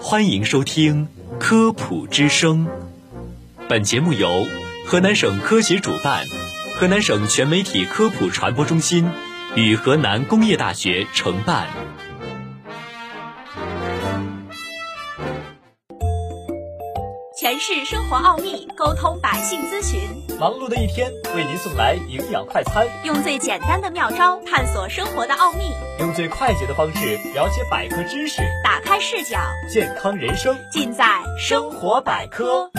欢迎收听科普之声。本节目由河南省科协主办，河南省全媒体科普传播中心与河南工业大学承办。 诠释生活奥秘，沟通百姓咨询。 忙碌的一天，为您送来营养快餐， 用最简单的妙招探索生活的奥秘， 用最快捷的方式了解百科知识， 打开视角， 健康人生尽在生活百科。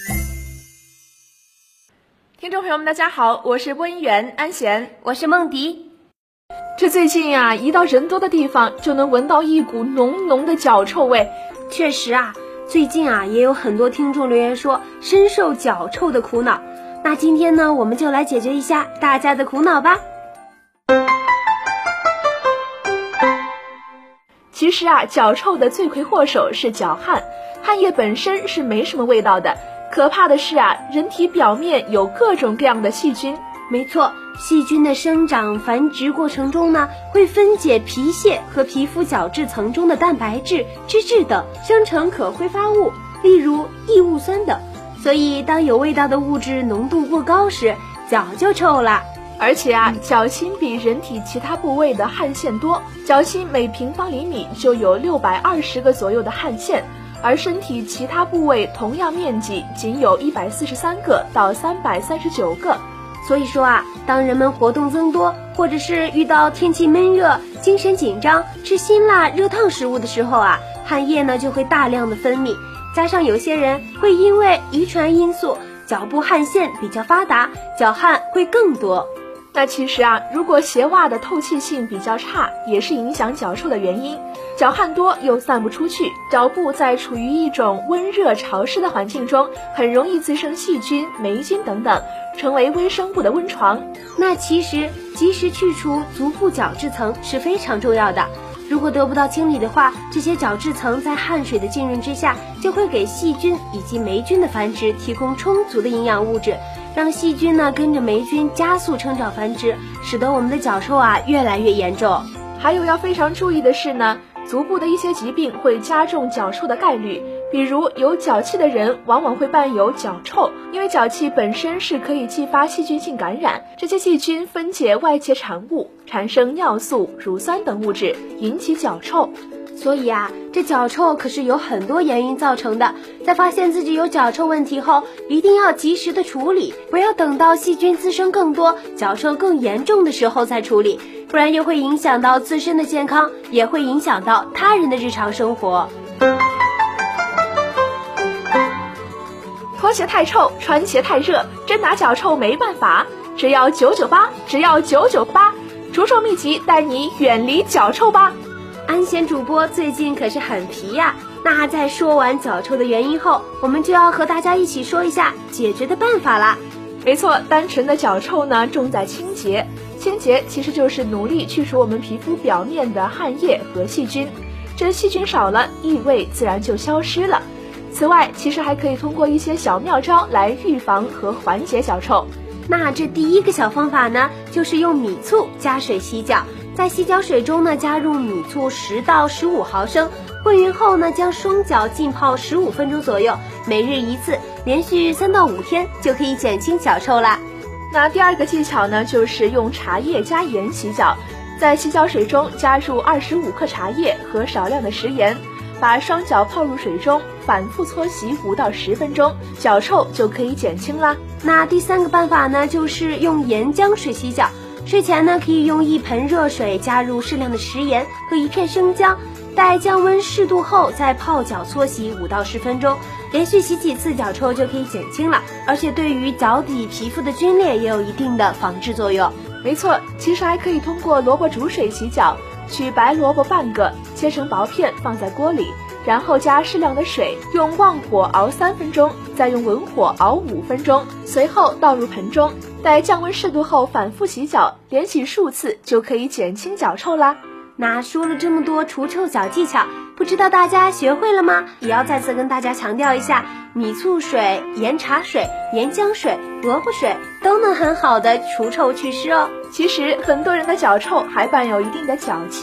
听众朋友们，大家好，我是播音员安贤， 我是梦迪。 这最近啊，一到人多的地方，就能闻到一股浓浓的脚臭味。 确实啊，最近啊，也有很多听众留言说深受脚臭的苦恼。那今天呢，我们就来解决一下大家的苦恼吧。 其实啊，脚臭的罪魁祸首是脚汗，汗液本身是没什么味道的。可怕的是啊，人体表面有各种各样的细菌。 没错，细菌的生长繁殖过程中呢，会分解皮屑和皮肤角质层中的蛋白质、脂质等，生成可挥发物，例如异物酸等。所以当有味道的物质浓度过高时，脚就臭了。 而且啊，脚心比人体其他部位的汗腺多，脚心每平方厘米就有620个左右的汗腺，而身体其他部位同样面积仅有143个到339个。 所以说啊，当人们活动增多，或者是遇到天气闷热、精神紧张、吃辛辣热烫食物的时候啊，汗液呢就会大量的分泌，加上有些人会因为遗传因素，脚部汗腺比较发达，脚汗会更多。 那其实啊，如果鞋袜的透气性比较差，也是影响脚臭的原因。脚汗多又散不出去，脚部在处于一种温热潮湿的环境中，很容易滋生细菌、霉菌等等，成为微生物的温床。 那其实及时去除足部角质层是非常重要的。如果得不到清理的话，这些角质层在汗水的浸润之下，就会给细菌以及霉菌的繁殖提供充足的营养物质，让细菌呢跟着霉菌加速生长繁殖，使得我们的脚臭啊越来越严重。 还有要非常注意的是呢，足部的一些疾病会加重脚臭的概率，比如有脚气的人往往会伴有脚臭，因为脚气本身是可以激发细菌性感染，这些细菌分解外界产物，产生尿素、乳酸等物质，引起脚臭。 所以啊，这脚臭可是有很多原因造成的，在发现自己有脚臭问题后，一定要及时的处理，不要等到细菌滋生更多、脚臭更严重的时候再处理，不然又会影响到自身的健康，也会影响到他人的日常生活。 拖鞋太臭，穿鞋太热，真拿脚臭没办法，只要998，只要998，除臭秘籍带你远离脚臭吧。 安贤主播最近可是很皮呀。那在说完脚臭的原因后，我们就要和大家一起说一下解决的办法啦。 没错，单纯的脚臭呢，重在清洁。清洁其实就是努力去除我们皮肤表面的汗液和细菌，这细菌少了，异味自然就消失了。此外，其实还可以通过一些小妙招来预防和缓解脚臭。 那这第一个小方法呢，就是用米醋加水洗脚，在洗脚水中呢加入米醋10到15毫升，混匀后呢将双脚浸泡15分钟左右，每日1次，连续3到5天就可以减轻脚臭啦。 那第二个技巧呢，就是用茶叶加盐洗脚，在洗脚水中加入25克茶叶和少量的食盐，把双脚泡入水中，反复搓洗5到10分钟，脚臭就可以减轻啦。 那第三个办法呢，就是用盐浆水洗脚。睡前呢，可以用1盆热水加入适量的食盐和1片生姜，待降温适度后再泡脚搓洗5到10分钟，连续洗几次，脚臭就可以减轻了。而且对于脚底皮肤的皲裂也有一定的防治作用。 没错，其实还可以通过萝卜煮水洗脚，取白萝卜半个，切成薄片放在锅里，然后加适量的水，用旺火熬3分钟，再用文火熬5分钟，随后倒入盆中，待降温适度后反复洗脚，连洗数次就可以减轻脚臭啦。 那说了这么多除臭小技巧，不知道大家学会了吗？也要再次跟大家强调一下，米醋水、盐茶水、盐浆水、萝卜水都能很好的除臭祛湿哦。 其实很多人的脚臭还伴有一定的脚气，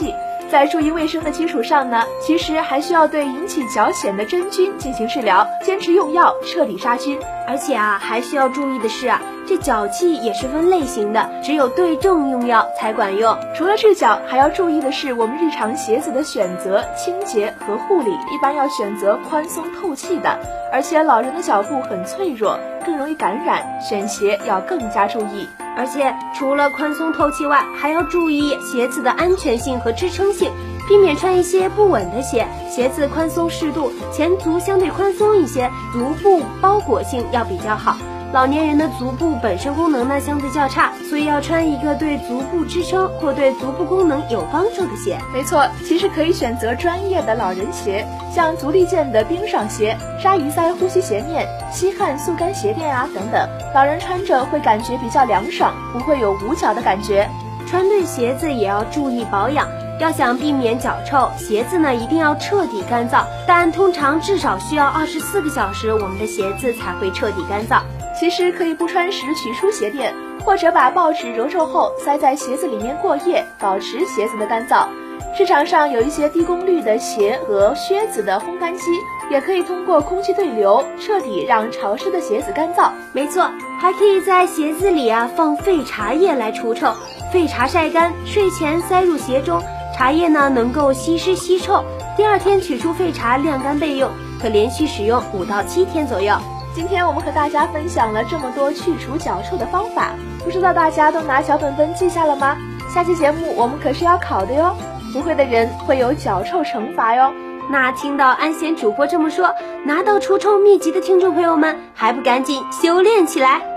在注意卫生的基础上呢，其实还需要对引起脚癣的真菌进行治疗，坚持用药，彻底杀菌。 而且还需要注意的是这脚气也是分类型的，只有对症用药才管用。 除了治脚，还要注意的是我们日常鞋子的选择、清洁和护理，一般要选择宽松透气的。而且老人的脚部很脆弱，更容易感染，选鞋要更加注意。 而且除了宽松透气外，还要注意鞋子的安全性和支撑性，避免穿一些不稳的鞋。鞋子宽松适度，前足相对宽松一些，足部包裹性要比较好。老年人的足部本身功能呢相对较差，所以要穿一个对足部支撑或对足部功能有帮助的鞋。 没错，其实可以选择专业的老人鞋，像足力健的冰爽鞋、鲨鱼鳃呼吸鞋面、吸汗速干鞋垫等等，老人穿着会感觉比较凉爽，不会有捂脚的感觉。 穿对鞋子也要注意保养，要想避免脚臭，鞋子呢一定要彻底干燥，但通常至少需要24个小时，我们的鞋子才会彻底干燥。 其实可以不穿时取出鞋垫，或者把报纸揉皱后塞在鞋子里面过夜，保持鞋子的干燥。市场上有一些低功率的鞋和靴子的烘干机，也可以通过空气对流彻底让潮湿的鞋子干燥。 没错，还可以在鞋子里放废茶叶来除臭，废茶晒干，睡前塞入鞋中，茶叶呢能够吸湿吸臭，第二天取出废茶晾干备用，可连续使用5到7天左右。 今天我们和大家分享了这么多去除脚臭的方法，不知道大家都拿小本本记下了吗？下期节目我们可是要考的哟，不会的人会有脚臭惩罚哟。 那听到安贤主播这么说，拿到除臭秘籍的听众朋友们，还不赶紧修炼起来！